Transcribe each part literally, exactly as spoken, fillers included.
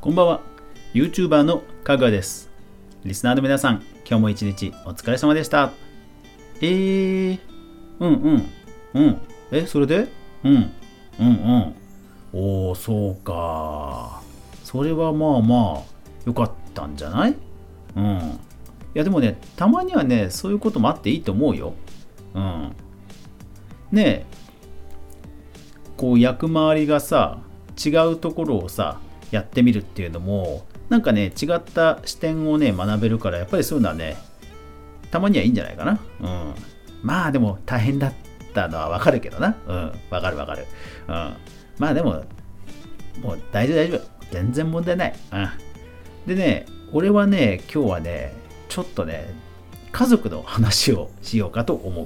こんばんは。 YouTuber のかぐわです。リスナーの皆さん、今日も一日お疲れ様でした。えー、うんうんうんえそれでうんうんうんおー、そうか。それはまあまあよかったんじゃない？うん。いやでもね、たまにはね、そういうこともあっていいと思うよ。うん。ねえ、こう役回りがさ、違うところをさやってみるっていうのもなんかね、違った視点をね学べるから、やっぱりそういうのはね、たまにはいいんじゃないかな。うん。まあでも大変だったのはわかるけどな。うん。わかるわかる。うん。まあでももう大丈夫大丈夫。全然問題ない。うん。でね、俺はね、今日はね、ちょっとね、家族の話をしようかと思う。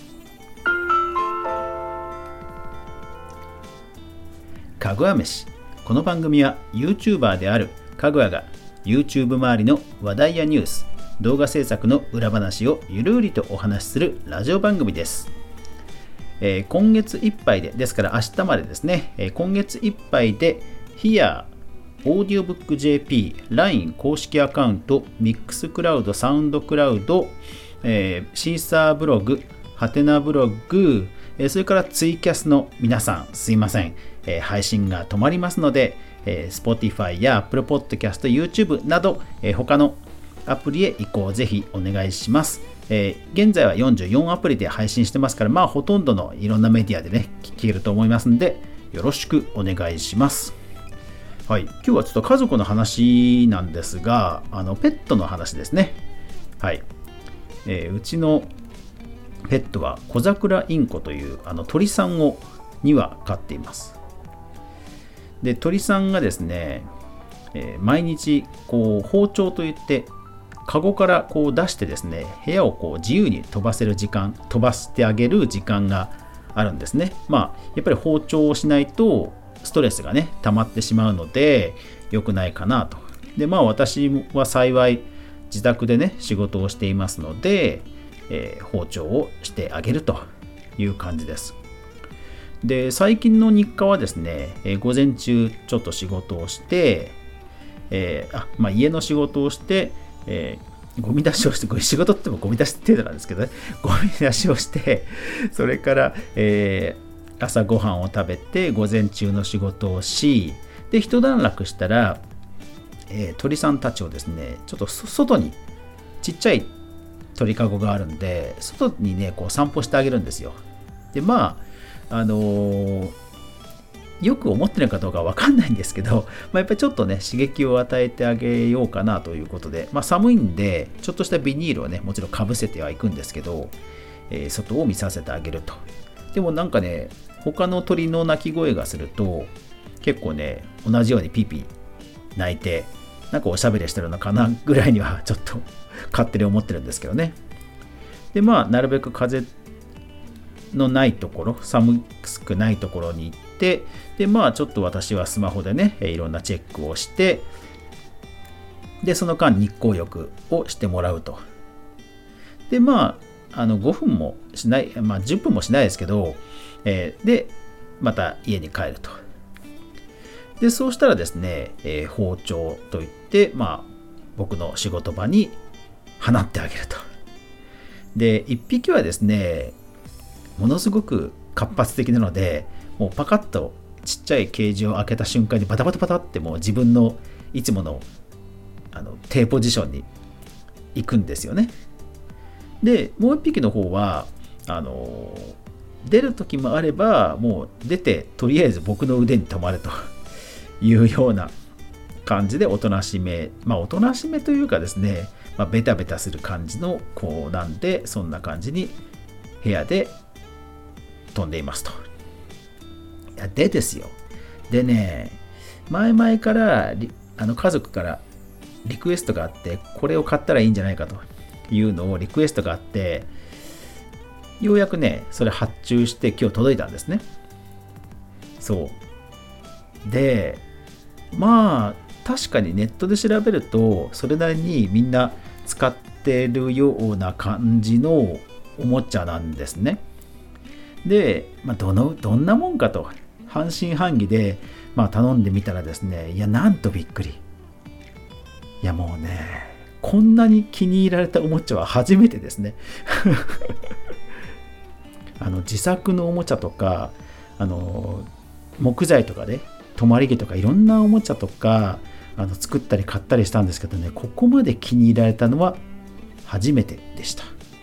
かぐわ飯。この番組は YouTuber であるかぐわが YouTube 周りの話題やニュース、動画制作の裏話をゆるりとお話しするラジオ番組です。えー、今月いっぱいで、ですから明日までですね、えー、今月いっぱいで Here、オーディオブック ジェーピー、ライン 公式アカウント、Mixcloud、サウンドクラウド、えー、シーサーブログ、ハテナブログ、それからツイキャスの皆さん、すいません、えー、配信が止まりますので、えー、Spotify や Apple Podcast、YouTube など、えー、他のアプリへ移行ぜひお願いします。えー、現在はよんじゅうよんアプリで配信してますから、まあほとんどのいろんなメディアでね、聞けると思いますので、よろしくお願いします。はい、今日はちょっと家族の話なんですが、あのペットの話ですね。はい、えー、うちのペットは小桜インコというあの鳥さんをに羽飼っています。で、鳥さんがですね、えー、毎日こう包丁といってカゴからこう出してですね、部屋をこう自由に飛ばせる時間、飛ばしてあげる時間があるんですね。まあやっぱり包丁をしないとストレスがね溜まってしまうので良くないかなと。で、まあ私は幸い自宅でね仕事をしていますので、えー、包丁をしてあげるという感じです。で、最近の日課はですね、えー、午前中ちょっと仕事をして、えーあまあ、家の仕事をして、えー、ゴミ出しをして、仕事ってもゴミ出し程度なんですけどね、ゴミ出しをして、それから、えー、朝ごはんを食べて午前中の仕事をし、で一段落したら、えー、鳥さんたちをですね、ちょっと外にちっちゃい鳥かごがあるんで、外にねこう散歩してあげるんですよ。で、まああのー、よく思ってるかどうかわかんないんですけど、まあ、やっぱりちょっとね刺激を与えてあげようかなということで、まあ、寒いんでちょっとしたビニールをねもちろんかぶせてはいくんですけど、えー、外を見させてあげると。でもなんかね、他の鳥の鳴き声がすると結構ね同じようにピーピー鳴いて、なんかおしゃべりしてるのかなぐらいにはちょっと勝手に思ってるんですけどね。で、まあなるべく風のないところ、寒くないところに行って、でまあちょっと私はスマホでねいろんなチェックをして、でその間日光浴をしてもらうと。でまああのごふんもしない、まあじゅっぷんもしないですけど、えー、でまた家に帰ると。でそうしたらですね、えー、包丁といってまあ僕の仕事場に放ってあげると。でいっぴきはですねものすごく活発的なので、もうパカッとちっちゃいケージを開けた瞬間にバタバタバタってもう自分のいつものあの低ポジションに行くんですよね。でもう一匹の方はあの出る時もあれば、もう出てとりあえず僕の腕に止まるというような感じでおとなしめ、まあおとなしめというかですね、まあ、ベタベタする感じの子なんで、そんな感じに部屋で飛んでいますと。いやでですよ。でね、前々からあの家族からリクエストがあって、これを買ったらいいんじゃないかというのをリクエストがあって、ようやくねそれ発注して今日届いたんですね。そうで、まあ確かにネットで調べるとそれなりにみんな使ってるような感じのおもちゃなんですね。で、まあ、どのどんなもんかと半信半疑でまあ頼んでみたらですね、いやなんとびっくり。いやもうね、こんなに気に入られたおもちゃは初めてですね。あの自作のおもちゃとか、あの木材とかで、泊まり木とかいろんなおもちゃとかあの作ったり買ったりしたんですけどね、ここまで気に入られたのは初めてでした。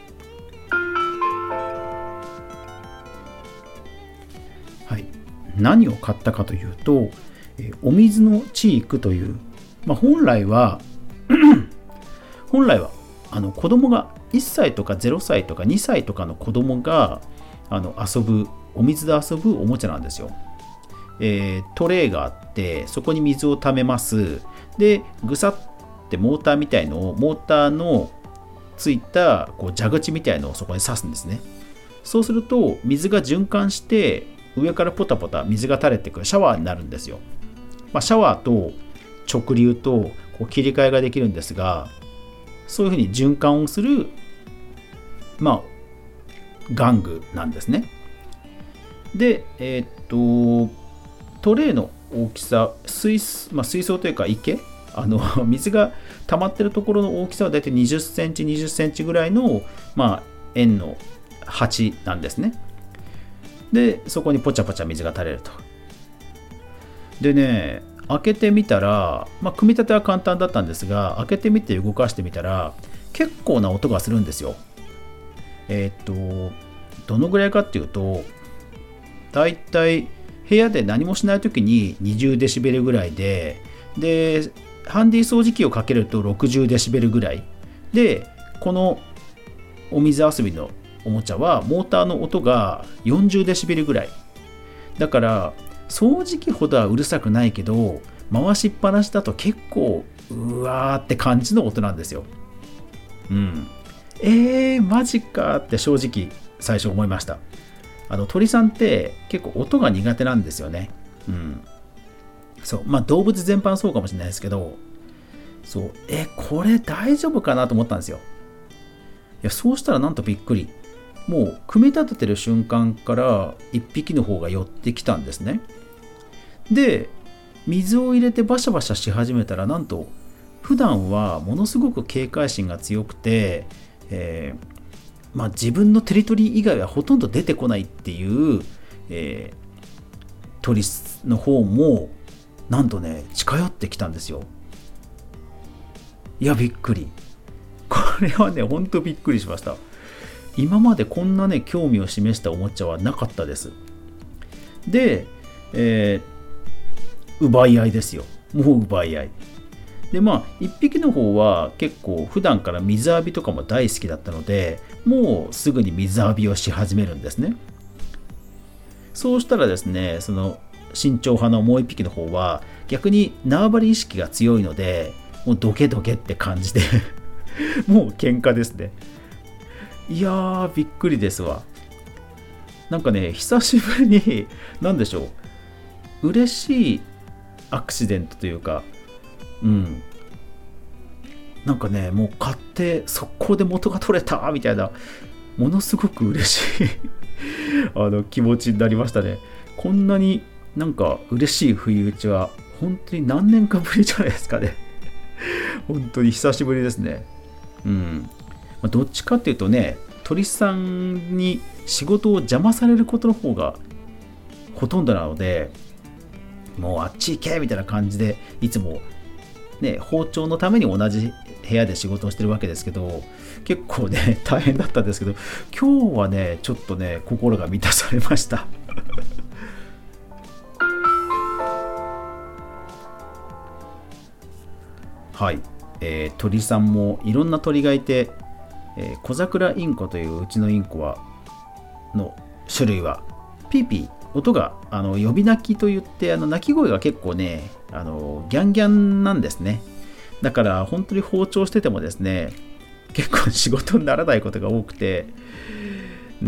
はい、何を買ったかというと、お水のチークという、まあ、本来は本来はあの子供がいっさいとかゼロさいとかにさいとかの子供があの遊ぶ、お水で遊ぶおもちゃなんですよ。えー、トレーがあって、そこに水を溜めます。で、ぐさってモーターみたいのを、モーターのついたこう蛇口みたいのをそこに刺すんですね。そうすると水が循環して上からポタポタ水が垂れてくるシャワーになるんですよ。まあ、シャワーと直流とこう切り替えができるんですが、そういうふうに循環をする、まあ、玩具なんですね。で、えー、っとトレーの大きさ、水、まあ、水槽というか池、あの水が溜まってるところの大きさはだいたいにじゅっセンチ、にじゅっセンチぐらいの、まあ、円の鉢なんですね。で、そこにポチャポチャ水が垂れると。でね、開けてみたら、まあ、組み立ては簡単だったんですが、開けてみて動かしてみたら結構な音がするんですよ。えー、っとどのぐらいかっていうと、だいたい部屋で何もしないときににじゅうデシベルぐらいで、でハンディ掃除機をかけるとろくじゅうデシベルぐらいで、このお水遊びのおもちゃはモーターの音がよんじゅうデシベルぐらいだから、掃除機ほどはうるさくないけど、回しっぱなしだと結構うわーって感じの音なんですよ。うん。えー、マジかって正直最初思いました。あの鳥さんって結構音が苦手なんですよね。うん。そう、まあ動物全般そうかもしれないですけど、そう、え、これ大丈夫かなと思ったんですよ。いや、そうしたらなんとびっくり。もう組み立ててる瞬間からいっぴきの方が寄ってきたんですね。で、水を入れてバシャバシャし始めたら、なんと普段はものすごく警戒心が強くて、えーまあ、自分のテリトリー以外はほとんど出てこないっていう、えー、鳥の方もなんとね近寄ってきたんですよ。いや、びっくり。これはね、ほんとびっくりしました。今までこんなね興味を示したおもちゃはなかったです。で、えー、奪い合いですよ。もう奪い合いで、まあいっぴきの方は結構普段から水浴びとかも大好きだったので、もうすぐに水浴びをし始めるんですね。そうしたらですね、その慎重派のもういっぴきの方は逆に縄張り意識が強いので、もうドケドケって感じでもう喧嘩ですね。いやー、びっくりですわ。なんかね、久しぶりに何でしょう、嬉しいアクシデントというか、うん、なんかね、もう買って速攻で元が取れたみたいな、ものすごく嬉しいあの気持ちになりましたね。こんなになんか嬉しい不意打ちは本当に何年かぶりじゃないですかね本当に久しぶりですね。うん、どっちかっていうとね、鳥さんに仕事を邪魔されることの方がほとんどなので、もうあっち行けみたいな感じでいつもね、包丁のために同じ部屋で仕事をしてるわけですけど、結構ね大変だったんですけど、今日はねちょっとね心が満たされましたはい、えー、鳥さんもいろんな鳥がいて、えー、小桜インコといううちのインコはの種類はピーピー音があの呼び鳴きといって、あの鳴き声が結構ねあのギャンギャンなんですね。だから本当に包丁しててもですね、結構仕事にならないことが多くて、うん、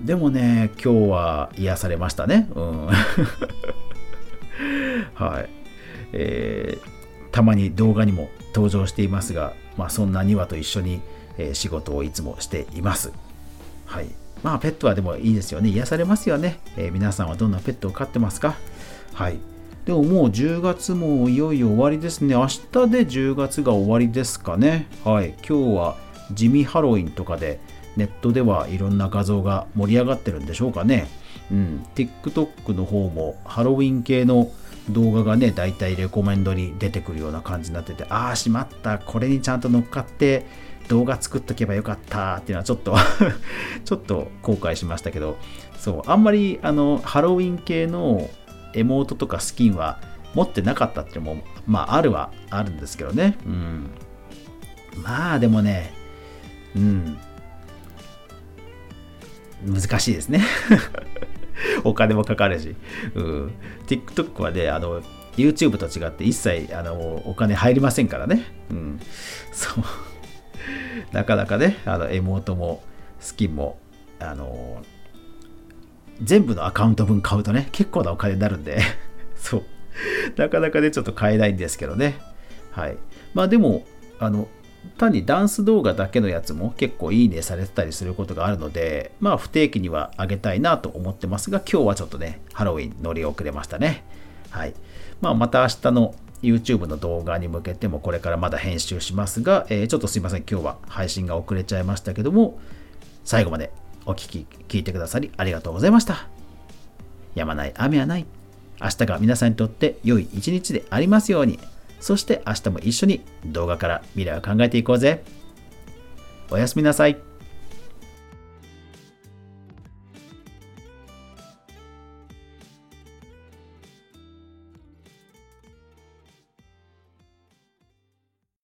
でもね今日は癒されましたね。うんはい、えー、たまに動画にも登場していますが、まあ、そんなにわと一緒に、えー、仕事をいつもしています。はい、まあペットはでもいいですよね。癒されますよね。えー、皆さんはどんなペットを飼ってますか？はい。 でももうじゅうがつもいよいよ終わりですね。明日でじゅうがつが終わりですかね。はい。今日は地味ハロウィンとかでネットではいろんな画像が盛り上がってるんでしょうかね。うん。TikTok の方もハロウィン系の動画がね、だいたいレコメンドに出てくるような感じになってて、ああ、しまった。これにちゃんと乗っかって動画作っとけばよかったっていうのはちょっとちょっと後悔しましたけど、そう、あんまりあのハロウィン系のエモートとかスキンは持ってなかったっていうのも、まああるはあるんですけどね。うん。まあでもね、うん。難しいですね。お金もかかるし、うん、TikTok はね、あの YouTube と違って一切あのお金入りませんからね、うん、そうなかなかね、あのエモートもスキンもあの全部のアカウント分買うとね、結構なお金になるんでそうなかなかねちょっと買えないんですけどね。はい。まあでもあの単にダンス動画だけのやつも結構いいねされてたりすることがあるので、まあ不定期には上げたいなと思ってますが、今日はちょっとね、ハロウィン乗り遅れましたね。はい。まあまた明日の YouTube の動画に向けてもこれからまだ編集しますが、えー、ちょっとすいません、今日は配信が遅れちゃいましたけども、最後までお聞き、聞いてくださりありがとうございました。やまない雨はない。明日が皆さんにとって良い一日でありますように。そして明日も一緒に動画から未来を考えていこうぜ。おやすみなさい。